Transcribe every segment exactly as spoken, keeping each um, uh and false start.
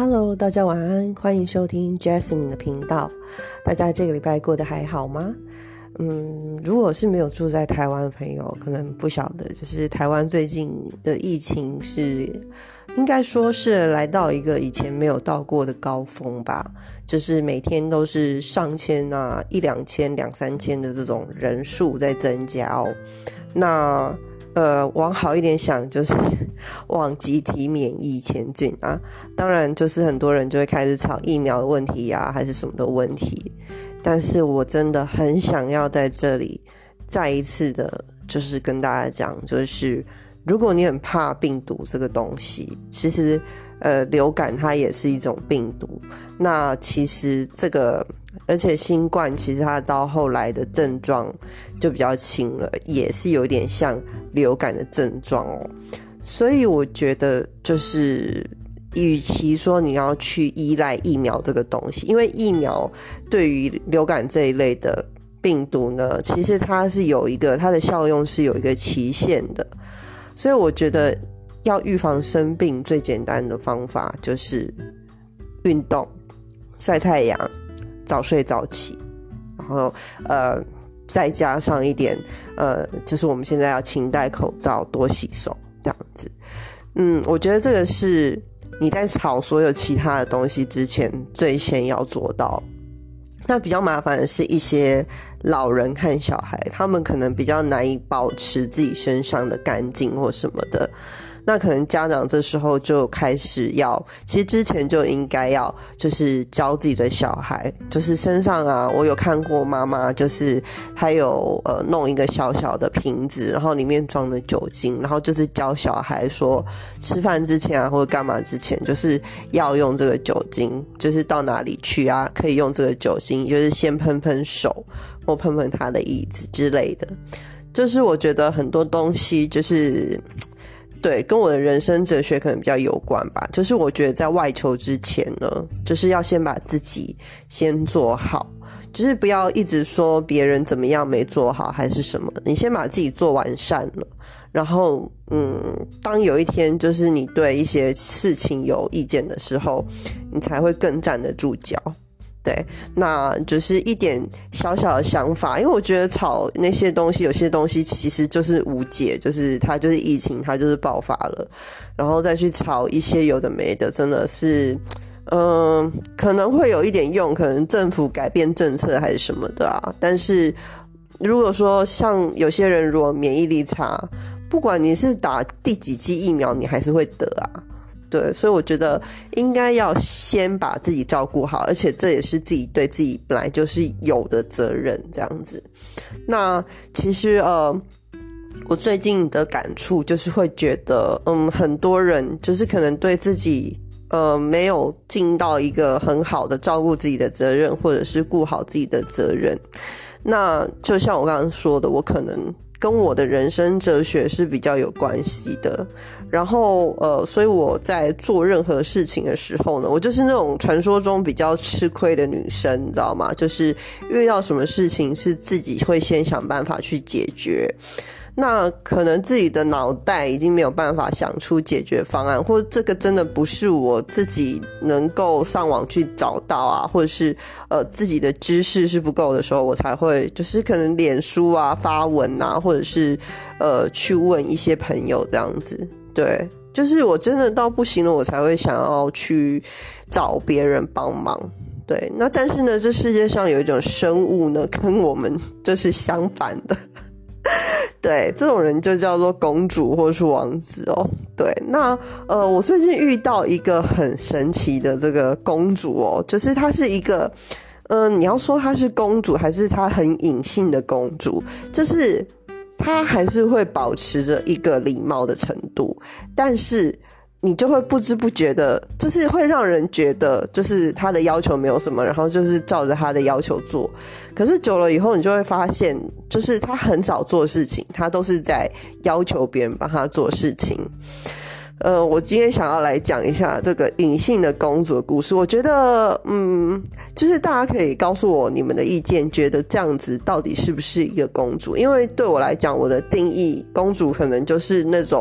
Hello， 大家晚安，欢迎收听 Jasmine 的频道。大家这个礼拜过得还好吗？嗯，如果是没有住在台湾的朋友，可能不晓得，就是台湾最近的疫情是，应该说是来到一个以前没有到过的高峰吧，就是每天都是上千啊，一两千、两三千的这种人数在增加哦。那呃，往好一点想，就是往集体免疫前进啊。当然，就是很多人就会开始吵疫苗的问题啊，还是什么的问题。但是我真的很想要在这里再一次的，就是跟大家讲，就是如果你很怕病毒这个东西，其实呃，流感它也是一种病毒。那其实这个，而且新冠其实它到后来的症状就比较轻了，也是有点像流感的症状哦。所以我觉得就是与其说你要去依赖疫苗这个东西，因为疫苗对于流感这一类的病毒呢，其实它是有一个它的效用是有一个期限的，所以我觉得要预防生病最简单的方法就是运动、晒太阳、早睡早起，然后呃再加上一点呃，就是我们现在要勤戴口罩、多洗手这样子。嗯，我觉得这个是你在吵所有其他的东西之前最先要做到。那比较麻烦的是一些老人和小孩，他们可能比较难以保持自己身上的干净或什么的。那可能家长这时候就开始要，其实之前就应该要就是教自己的小孩，就是身上啊，我有看过妈妈就是还有呃弄一个小小的瓶子，然后里面装的酒精，然后就是教小孩说吃饭之前啊或者干嘛之前就是要用这个酒精，就是到哪里去啊可以用这个酒精，就是先喷喷手或喷喷他的椅子之类的。就是我觉得很多东西就是对，跟我的人生哲学可能比较有关吧。就是我觉得在外求之前呢，就是要先把自己先做好，就是不要一直说别人怎么样没做好还是什么，你先把自己做完善了，然后嗯，当有一天就是你对一些事情有意见的时候，你才会更站得住脚。对，那就是一点小小的想法，因为我觉得吵那些东西，有些东西其实就是无解，就是它就是疫情，它就是爆发了，然后再去吵一些有的没的，真的是，嗯，可能会有一点用，可能政府改变政策还是什么的啊。但是如果说像有些人如果免疫力差，不管你是打第几剂疫苗，你还是会得啊。对，所以我觉得应该要先把自己照顾好，而且这也是自己对自己本来就是有的责任这样子。那其实呃，我最近的感触就是会觉得，嗯，很多人就是可能对自己呃没有尽到一个很好的照顾自己的责任，或者是顾好自己的责任。那就像我刚刚说的，我可能跟我的人生哲学是比较有关系的，然后呃，所以我在做任何事情的时候呢，我就是那种传说中比较吃亏的女生，你知道吗？就是遇到什么事情是自己会先想办法去解决，那可能自己的脑袋已经没有办法想出解决方案，或者这个真的不是我自己能够上网去找到啊，或者是呃自己的知识是不够的时候，我才会就是可能脸书啊发文啊，或者是呃去问一些朋友这样子。对，就是我真的到不行了，我才会想要去找别人帮忙。对，那但是呢，这世界上有一种生物呢，跟我们就是相反的。对，这种人就叫做公主或是王子哦。对，那呃，我最近遇到一个很神奇的这个公主哦，就是她是一个，嗯、呃，你要说她是公主，还是她很隐性的公主，就是她还是会保持着一个礼貌的程度，但是你就会不知不觉的，就是会让人觉得就是他的要求没有什么，然后就是照着他的要求做。可是久了以后，你就会发现，就是他很少做事情，他都是在要求别人帮他做事情。呃，我今天想要来讲一下这个隐性的公主的故事。我觉得，嗯，就是大家可以告诉我你们的意见，觉得这样子到底是不是一个公主？因为对我来讲，我的定义，公主可能就是那种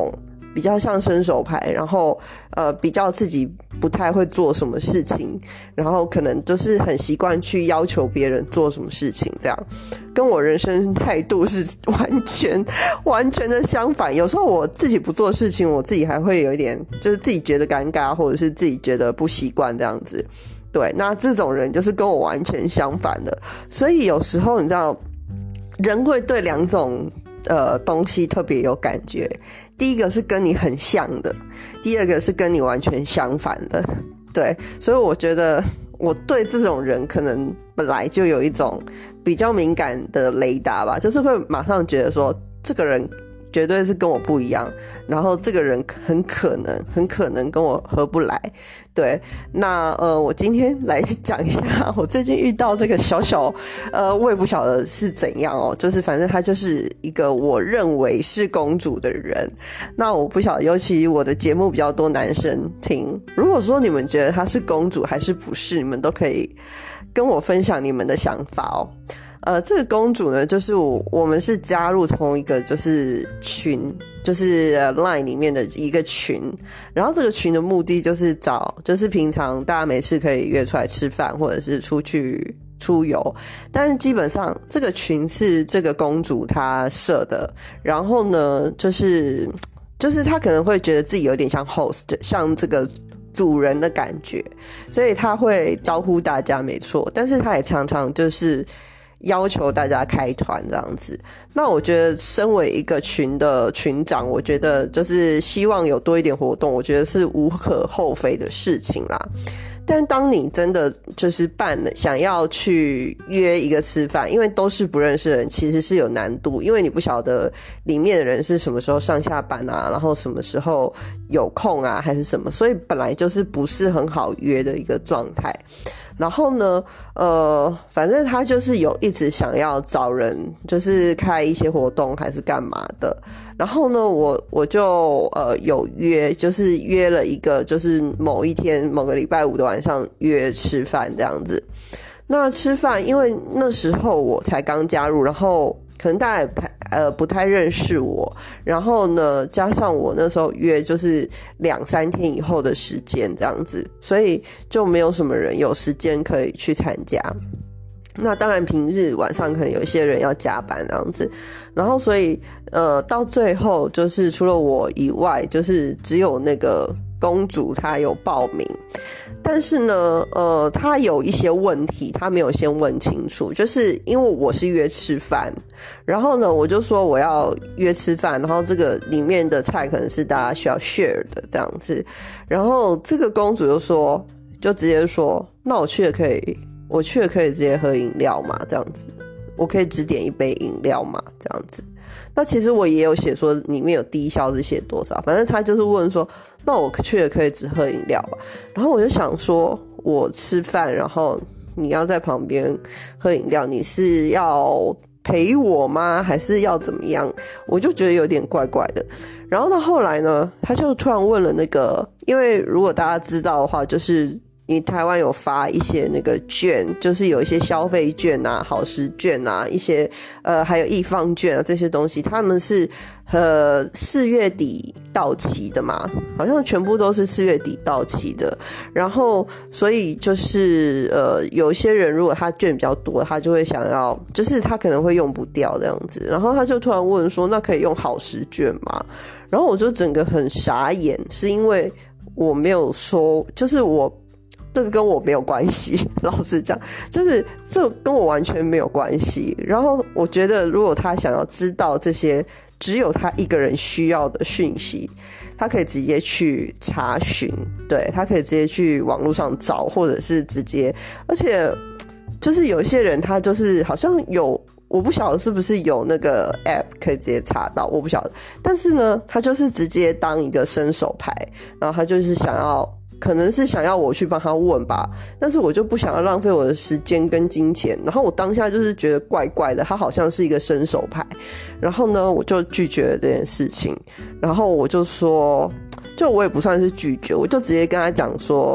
比较像伸手牌，然后呃比较自己不太会做什么事情，然后可能就是很习惯去要求别人做什么事情，这样跟我人生态度是完全完全的相反。有时候我自己不做事情，我自己还会有一点就是自己觉得尴尬，或者是自己觉得不习惯这样子。对，那这种人就是跟我完全相反的。所以有时候你知道，人会对两种呃东西特别有感觉。第一个是跟你很像的，第二个是跟你完全相反的。对，所以我觉得我对这种人可能本来就有一种比较敏感的雷达吧，就是会马上觉得说这个人绝对是跟我不一样，然后这个人很可能很可能跟我合不来。对，那呃，我今天来讲一下我最近遇到这个小小呃，我也不晓得是怎样哦，就是反正他就是一个我认为是公主的人。那我不晓得，尤其我的节目比较多男生听，如果说你们觉得她是公主还是不是，你们都可以跟我分享你们的想法哦。呃，这个公主呢，就是我我们是加入同一个就是群，就是 Line 里面的一个群，然后这个群的目的就是找，就是平常大家没事可以约出来吃饭，或者是出去出游，但是基本上这个群是这个公主她设的，然后呢，就是就是她可能会觉得自己有点像 host， 像这个主人的感觉，所以她会招呼大家没错，但是她也常常就是要求大家开团这样子。那我觉得身为一个群的群长，我觉得就是希望有多一点活动，我觉得是无可厚非的事情啦。但当你真的就是办了想要去约一个吃饭，因为都是不认识的人，其实是有难度，因为你不晓得里面的人是什么时候上下班啊，然后什么时候有空啊还是什么，所以本来就是不是很好约的一个状态。然后呢呃反正他就是有一直想要找人，就是开一些活动还是干嘛的。然后呢我我就呃有约，就是约了一个就是某一天某个礼拜五的晚上约吃饭这样子。那吃饭因为那时候我才刚加入，然后可能大家也呃不太认识我，然后呢加上我那时候约就是两三天以后的时间这样子，所以就没有什么人有时间可以去参加。那当然平日晚上可能有一些人要加班这样子，然后所以呃到最后就是除了我以外，就是只有那个公主她有报名。但是呢呃她有一些问题她没有先问清楚，就是因为我是约吃饭，然后呢我就说我要约吃饭，然后这个里面的菜可能是大家需要 share 的这样子，然后这个公主就说就直接说那我去了可以我去了可以直接喝饮料嘛，这样子我可以只点一杯饮料嘛，这样子。那其实我也有写说里面有低消是写多少，反正他就是问说那我去了可以只喝饮料吧。然后我就想说我吃饭然后你要在旁边喝饮料，你是要陪我吗还是要怎么样，我就觉得有点怪怪的。然后到后来呢他就突然问了那个，因为如果大家知道的话，就是你台湾有发一些那个券，就是有一些消费券啊好食券啊一些呃还有易放券啊这些东西，他们是呃四月底到期的嘛，好像全部都是四月底到期的。然后所以就是呃有一些人如果他券比较多，他就会想要就是他可能会用不掉这样子，然后他就突然问说那可以用好食券吗？然后我就整个很傻眼，是因为我没有说，就是我这个跟我没有关系，老实讲就是这跟我完全没有关系。然后我觉得如果他想要知道这些只有他一个人需要的讯息，他可以直接去查询，对，他可以直接去网络上找，或者是直接，而且就是有些人他就是好像有，我不晓得是不是有那个 app 可以直接查到，我不晓得。但是呢他就是直接当一个伸手牌，然后他就是想要可能是想要我去帮他问吧，但是我就不想要浪费我的时间跟金钱，然后我当下就是觉得怪怪的，他好像是一个伸手牌，然后呢我就拒绝了这件事情。然后我就说就我也不算是拒绝，我就直接跟他讲说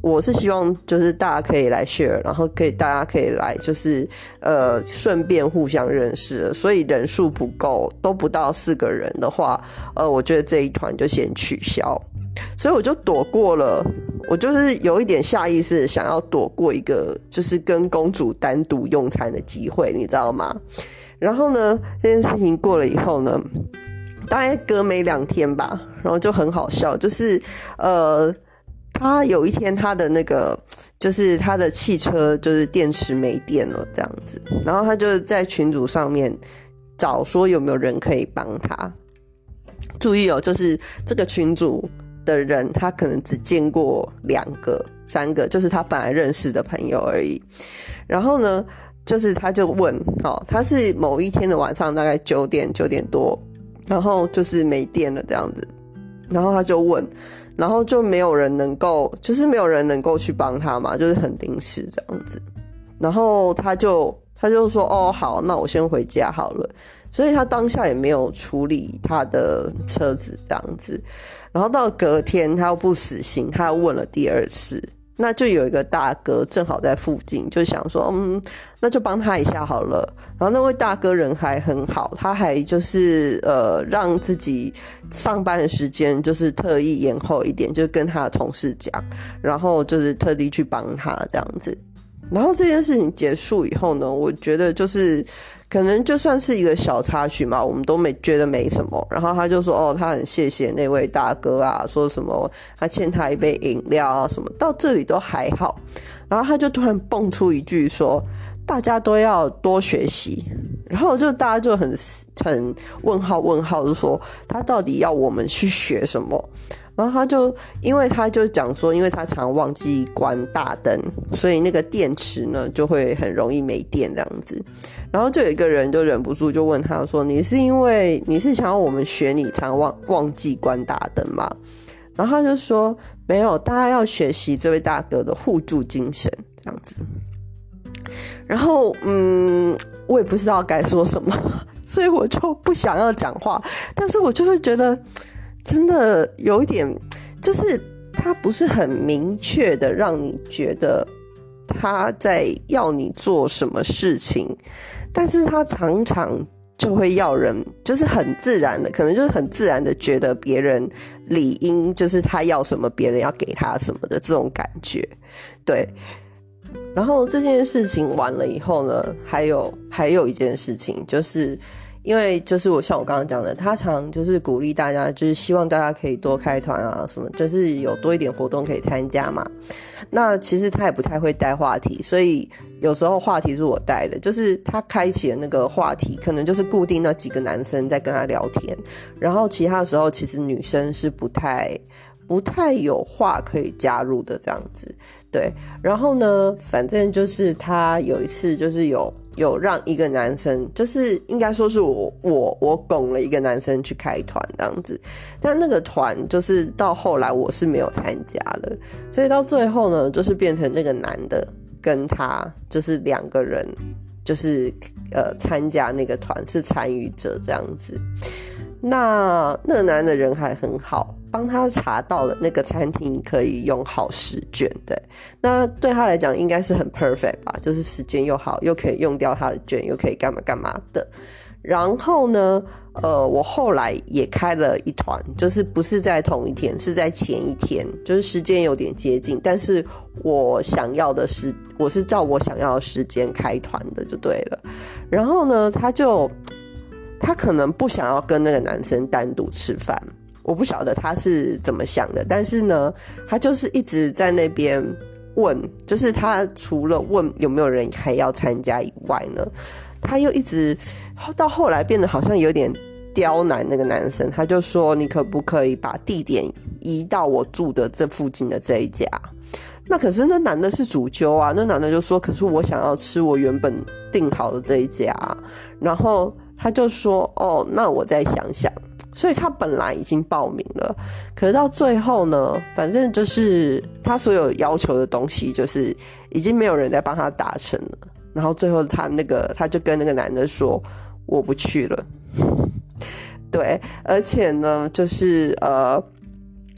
我是希望就是大家可以来 share， 然后可以大家可以来就是呃顺便互相认识了，所以人数不够，都不到四个人的话，呃，我觉得这一团就先取消。所以我就躲过了，我就是有一点下意识想要躲过一个就是跟公主单独用餐的机会，你知道吗？然后呢，这件事情过了以后呢，大概隔没两天吧，然后就很好笑，就是呃，他有一天他的那个就是他的汽车就是电池没电了这样子，然后他就在群组上面找说有没有人可以帮他。注意哦，就是这个群组的人他可能只见过两个三个，就是他本来认识的朋友而已。然后呢就是他就问，哦，他是某一天的晚上大概九点九点多，然后就是没电了这样子，然后他就问，然后就没有人能够就是没有人能够去帮他嘛，就是很临时这样子。然后他就他就说哦好，那我先回家好了。所以他当下也没有处理他的车子这样子。然后到隔天他又不死心，他又问了第二次，那就有一个大哥正好在附近，就想说嗯，那就帮他一下好了。然后那位大哥人还很好，他还就是呃让自己上班的时间就是特意延后一点，就跟他的同事讲，然后就是特地去帮他这样子。然后这件事情结束以后呢，我觉得就是可能就算是一个小插曲嘛，我们都没觉得没什么。然后他就说哦，他很谢谢那位大哥啊，说什么他欠他一杯饮料啊什么，到这里都还好。然后他就突然蹦出一句说大家都要多学习。然后就大家就很很问号问号，就说他到底要我们去学什么。然后他就因为他就讲说因为他常忘记关大灯，所以那个电池呢就会很容易没电这样子。然后就有一个人就忍不住就问他说你是因为你是想要我们学你常忘忘记关大灯吗？然后他就说没有，大家要学习这位大哥的互助精神这样子。然后嗯我也不知道该说什么，所以我就不想要讲话，但是我就会觉得真的有一点，就是他不是很明确的让你觉得他在要你做什么事情，但是他常常就会要人，就是很自然的，可能就是很自然的觉得别人理应就是他要什么别人要给他什么的这种感觉。对，然后这件事情完了以后呢，还有还有一件事情，就是因为就是我像我刚刚讲的，他常就是鼓励大家，就是希望大家可以多开团啊什么，就是有多一点活动可以参加嘛。那其实他也不太会带话题，所以有时候话题是我带的，就是他开启的那个话题可能就是固定那几个男生在跟他聊天，然后其他的时候其实女生是不太不太有话可以加入的这样子。对，然后呢反正就是他有一次就是有有让一个男生，就是应该说是我我我拱了一个男生去开团这样子，但那个团就是到后来我是没有参加的，所以到最后呢就是变成那个男的跟他就是两个人就是呃参加那个团是参与者这样子。那那个男的人还很好，帮他查到了那个餐厅可以用好时券。对，那对他来讲应该是很 perfect 吧，就是时间又好，又可以用掉他的券，又可以干嘛干嘛的。然后呢呃，我后来也开了一团，就是不是在同一天，是在前一天，就是时间有点接近，但是我想要的是我是照我想要的时间开团的就对了。然后呢他就他可能不想要跟那个男生单独吃饭，我不晓得他是怎么想的，但是呢他就是一直在那边问，就是他除了问有没有人还要参加以外呢，他又一直到后来变得好像有点刁难那个男生，他就说你可不可以把地点移到我住的这附近的这一家。那可是那男的是主揪啊，那男的就说可是我想要吃我原本订好的这一家，然后他就说哦那我再想想，所以他本来已经报名了，可是到最后呢反正就是他所有要求的东西就是已经没有人在帮他达成了，然后最后他那个他就跟那个男的说我不去了。对，而且呢就是呃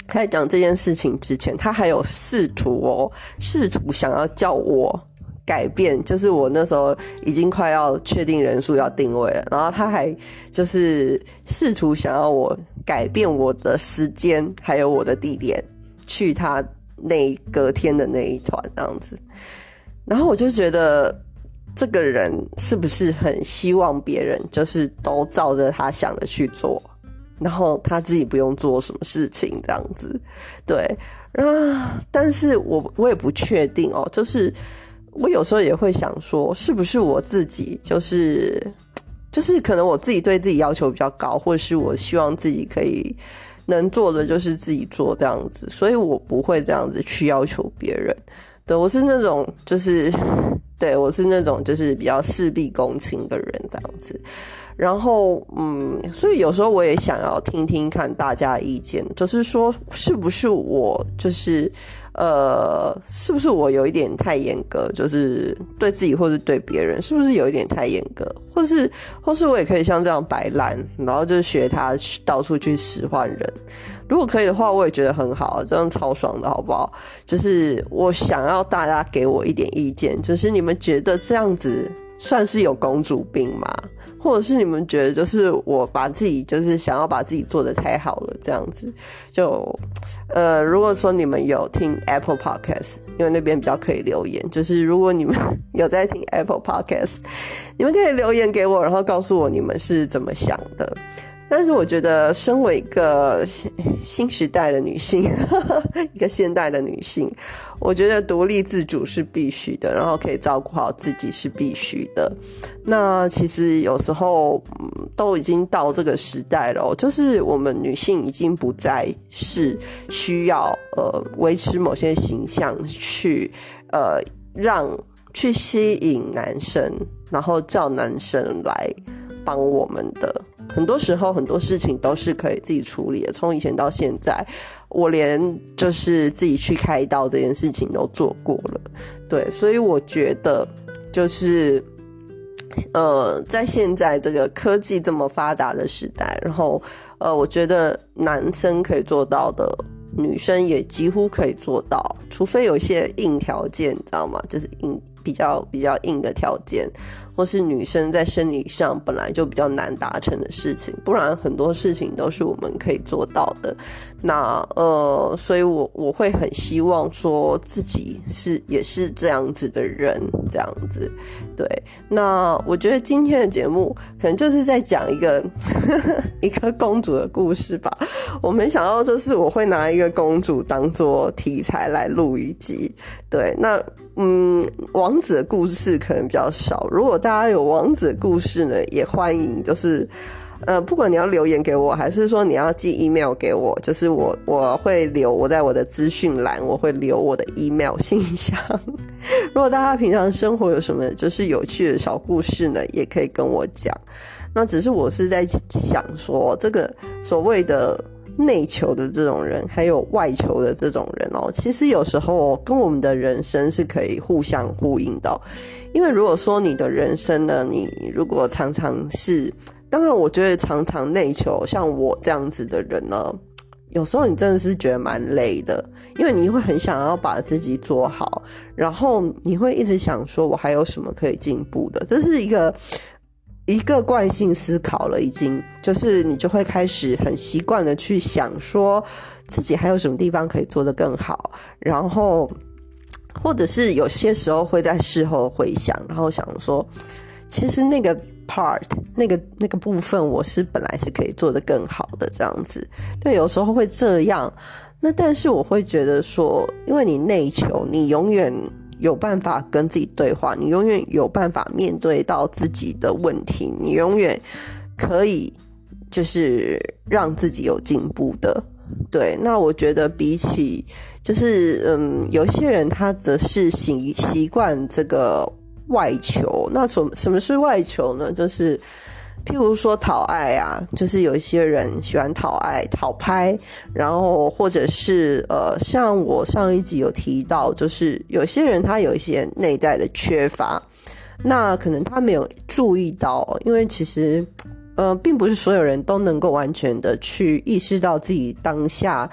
他在讲这件事情之前，他还有试图哦，试图想要叫我改变，就是我那时候已经快要确定人数要定位了，然后他还就是试图想要我改变我的时间还有我的地点去他那隔天的那一团这样子。然后我就觉得这个人是不是很希望别人就是都照着他想的去做，然后他自己不用做什么事情这样子。对啊，但是我我也不确定哦，就是我有时候也会想说，是不是我自己就是就是可能我自己对自己要求比较高，或者是我希望自己可以能做的就是自己做这样子，所以我不会这样子去要求别人。对，我是那种就是对我是那种就是比较事必躬亲的人这样子。然后嗯，所以有时候我也想要听听看大家的意见，就是说是不是我就是呃，是不是我有一点太严格，就是对自己或是对别人，是不是有一点太严格，或是或是我也可以像这样摆烂，然后就学他到处去使唤人。如果可以的话，我也觉得很好，这样超爽的好不好？就是我想要大家给我一点意见，就是你们觉得这样子算是有公主病吗？或者是你们觉得就是我把自己就是想要把自己做得太好了这样子。就呃，如果说你们有听 Apple Podcast， 因为那边比较可以留言，就是如果你们有在听 Apple Podcast， 你们可以留言给我，然后告诉我你们是怎么想的。但是我觉得身为一个新时代的女性一个现代的女性，我觉得独立自主是必须的，然后可以照顾好自己是必须的。那其实有时候、嗯、都已经到这个时代了，就是我们女性已经不再是需要呃维持某些形象去呃让去吸引男生，然后叫男生来帮我们的。很多时候很多事情都是可以自己处理的，从以前到现在我连就是自己去开刀这件事情都做过了。对，所以我觉得就是呃，在现在这个科技这么发达的时代，然后呃，我觉得男生可以做到的女生也几乎可以做到，除非有一些硬条件你知道吗，就是硬比较比较硬的条件，或是女生在生理上本来就比较难达成的事情，不然很多事情都是我们可以做到的。那呃，所以我我会很希望说自己是也是这样子的人，这样子。对，那我觉得今天的节目可能就是在讲一个一个公主的故事吧。我没想到就是我会拿一个公主当做题材来录一集。对，那嗯，王子的故事可能比较少。如果大家有王子的故事呢，也欢迎，就是呃，不管你要留言给我，还是说你要寄 email 给我，就是我我会留我在我的资讯栏，我会留我的 email 信箱。如果大家平常生活有什么就是有趣的小故事呢，也可以跟我讲。那只是我是在想说，这个所谓的内求的这种人还有外求的这种人哦，其实有时候跟我们的人生是可以互相呼应的。因为如果说你的人生呢，你如果常常是，当然我觉得常常内求，像我这样子的人呢，有时候你真的是觉得蛮累的，因为你会很想要把自己做好，然后你会一直想说我还有什么可以进步的，这是一个一个惯性思考了，已经就是你就会开始很习惯的去想说自己还有什么地方可以做得更好，然后或者是有些时候会在事后回想，然后想说其实那个 part 那个那个部分我是本来是可以做得更好的这样子。对，有时候会这样。那但是我会觉得说，因为你内求，你永远有办法跟自己对话，你永远有办法面对到自己的问题，你永远可以就是让自己有进步的。对，那我觉得比起就是嗯，有些人他则是习习惯这个外求。那什什么是外求呢？就是譬如说讨爱啊，就是有一些人喜欢讨爱讨拍，然后或者是呃，像我上一集有提到，就是有些人他有一些内在的缺乏，那可能他没有注意到，因为其实呃，并不是所有人都能够完全的去意识到自己当下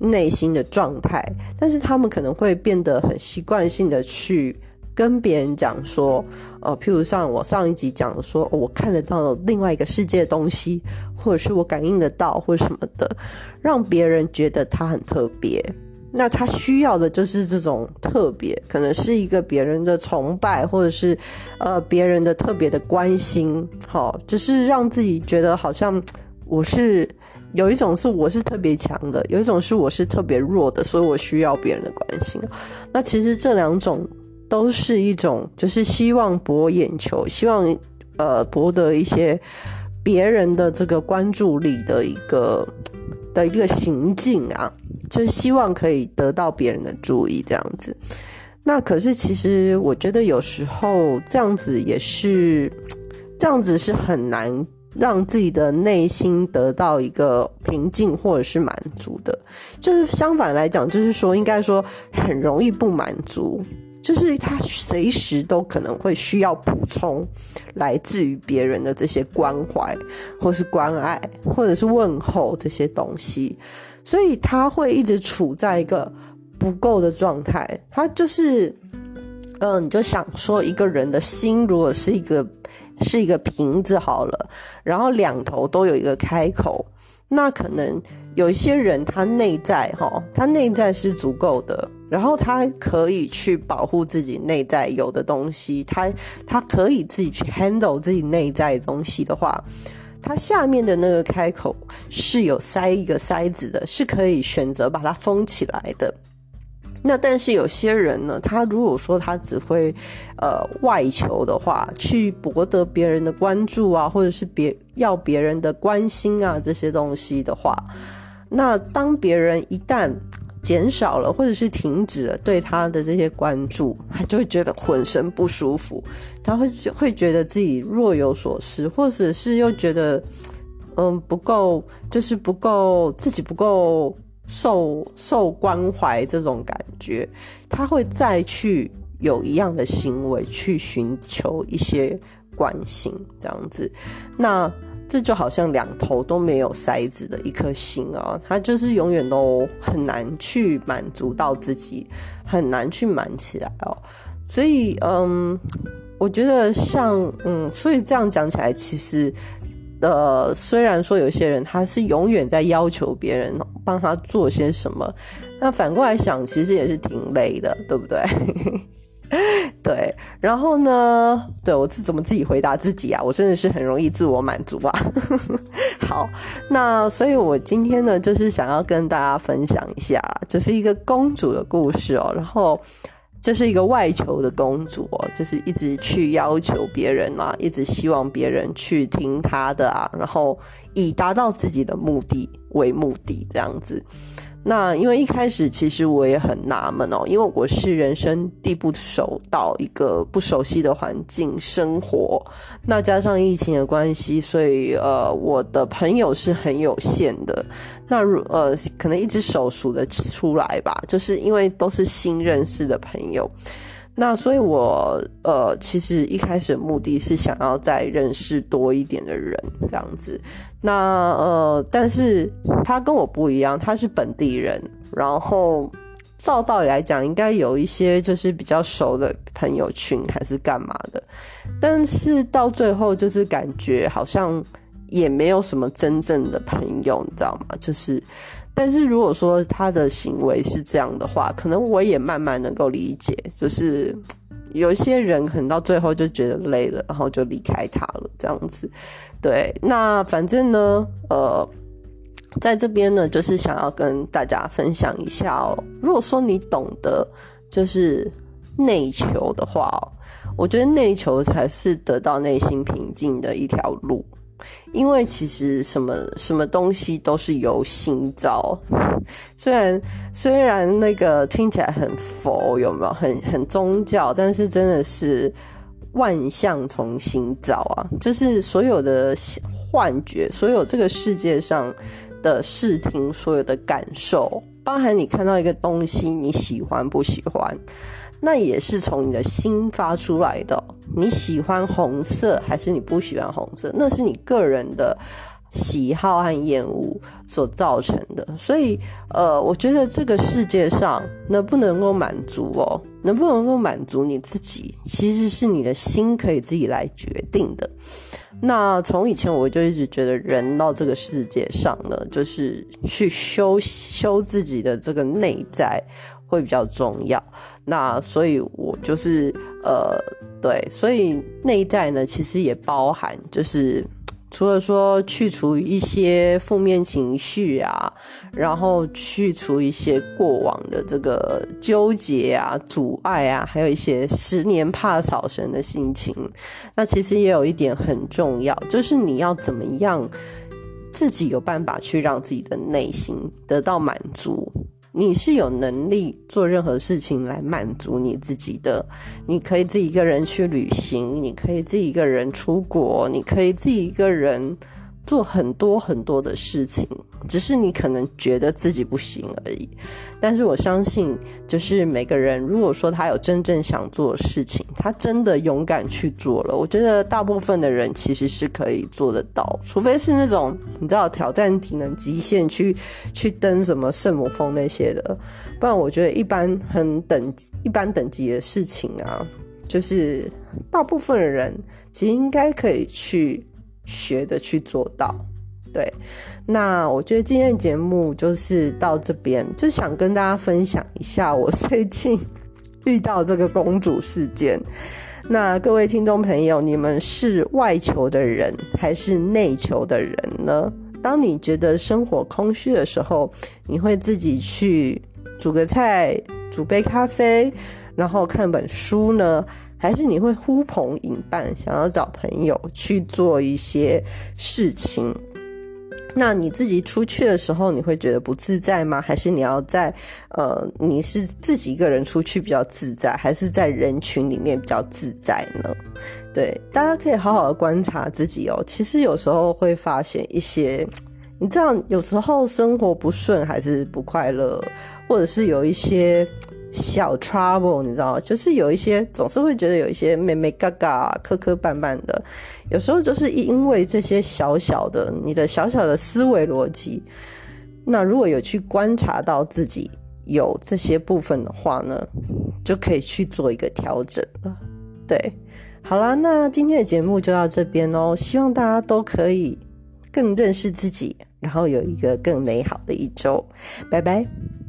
内心的状态，但是他们可能会变得很习惯性的去跟别人讲说，呃，譬如像我上一集讲的说，哦，我看得到另外一个世界的东西，或者是我感应得到，或者什么的，让别人觉得他很特别。那他需要的就是这种特别，可能是一个别人的崇拜，或者是呃别人的特别的关心，好，就是让自己觉得好像我是有一种是我是特别强的，有一种是我是特别弱的，所以我需要别人的关心。那其实这两种都是一种就是希望博眼球，希望呃博得一些别人的这个关注力的一个的一个行径啊，就是希望可以得到别人的注意这样子。那可是其实我觉得有时候这样子也是这样子是很难让自己的内心得到一个平静或者是满足的，就是相反来讲，就是说应该说很容易不满足，就是他随时都可能会需要补充来自于别人的这些关怀或是关爱或者是问候这些东西，所以他会一直处在一个不够的状态。他就是嗯、呃，你就想说一个人的心如果是一个是一个瓶子好了，然后两头都有一个开口，那可能有一些人他内在齁他内在是足够的，然后他可以去保护自己内在有的东西，他他可以自己去 handle 自己内在的东西的话，他下面的那个开口是有塞一个塞子的，是可以选择把它封起来的。那但是有些人呢，他如果说他只会呃外求的话，去博得别人的关注啊，或者是别要别人的关心啊这些东西的话，那当别人一旦减少了或者是停止了对他的这些关注，他就会觉得浑身不舒服，他会会觉得自己若有所失，或者是又觉得嗯不够，就是不够自己不够受受关怀这种感觉，他会再去有一样的行为去寻求一些关心这样子。那这就好像两头都没有塞子的一颗心啊，他就是永远都很难去满足到自己，很难去满起来哦。所以嗯我觉得像嗯所以这样讲起来，其实呃，虽然说有些人他是永远在要求别人帮他做些什么，那反过来想其实也是挺累的，对不对？对，然后呢，对，我是怎么自己回答自己啊？我真的是很容易自我满足啊。好，那所以我今天呢就是想要跟大家分享一下，就是一个公主的故事哦，然后这是一个外求的公主哦，就是一直去要求别人啊，一直希望别人去听她的啊，然后以达到自己的目的为目的这样子。那因为一开始其实我也很纳闷哦，因为我是人生地不熟，到一个不熟悉的环境生活，那加上疫情的关系，所以呃我的朋友是很有限的，那呃可能一只手数得出来吧，就是因为都是新认识的朋友。那所以我呃其实一开始的目的是想要再认识多一点的人这样子。那呃但是他跟我不一样，他是本地人，然后照道理来讲应该有一些就是比较熟的朋友群还是干嘛的，但是到最后就是感觉好像也没有什么真正的朋友，你知道吗？就是但是如果说他的行为是这样的话，可能我也慢慢能够理解，就是有一些人可能到最后就觉得累了，然后就离开他了这样子。对，那反正呢呃在这边呢就是想要跟大家分享一下哦，如果说你懂得就是内求的话哦，我觉得内求才是得到内心平静的一条路。因为其实什么什么东西都是由心造，虽然虽然那个听起来很佛，有没有很很宗教，但是真的是万象从心造啊，就是所有的幻觉，所有这个世界上的视听，所有的感受，包含你看到一个东西你喜欢不喜欢，那也是从你的心发出来的哦。你喜欢红色还是你不喜欢红色，那是你个人的喜好和厌恶所造成的。所以呃，我觉得这个世界上能不能够满足哦，能不能够满足你自己，其实是你的心可以自己来决定的。那从以前我就一直觉得人到这个世界上呢，就是去修修自己的这个内在会比较重要。那所以我就是呃对，所以内在呢其实也包含就是除了说去除一些负面情绪啊，然后去除一些过往的这个纠结啊、阻碍啊，还有一些十年怕草绳的心情。那其实也有一点很重要，就是你要怎么样自己有办法去让自己的内心得到满足。你是有能力做任何事情来满足你自己的，你可以自己一个人去旅行，你可以自己一个人出国，你可以自己一个人做很多很多的事情，只是你可能觉得自己不行而已。但是我相信就是每个人如果说他有真正想做的事情，他真的勇敢去做了，我觉得大部分的人其实是可以做得到，除非是那种你知道挑战体能极限去去登什么圣母峰那些的，不然我觉得一般很等一般等级的事情啊，就是大部分的人其实应该可以去学的去做到。对，那我觉得今天的节目就是到这边，就想跟大家分享一下我最近遇到这个公主事件。那各位听众朋友，你们是外求的人还是内求的人呢？当你觉得生活空虚的时候，你会自己去煮个菜，煮杯咖啡，然后看本书呢？还是你会呼朋引伴，想要找朋友去做一些事情？那你自己出去的时候，你会觉得不自在吗？还是你要在呃，你是自己一个人出去比较自在，还是在人群里面比较自在呢？对，大家可以好好的观察自己哦。其实有时候会发现一些，你知道，有时候生活不顺还是不快乐，或者是有一些小 trouble， 你知道，就是有一些总是会觉得有一些妹妹嘎嘎磕磕绊绊的，有时候就是因为这些小小的你的小小的思维逻辑，那如果有去观察到自己有这些部分的话呢，就可以去做一个调整了。对，好啦，那今天的节目就到这边哦，希望大家都可以更认识自己，然后有一个更美好的一周，拜拜。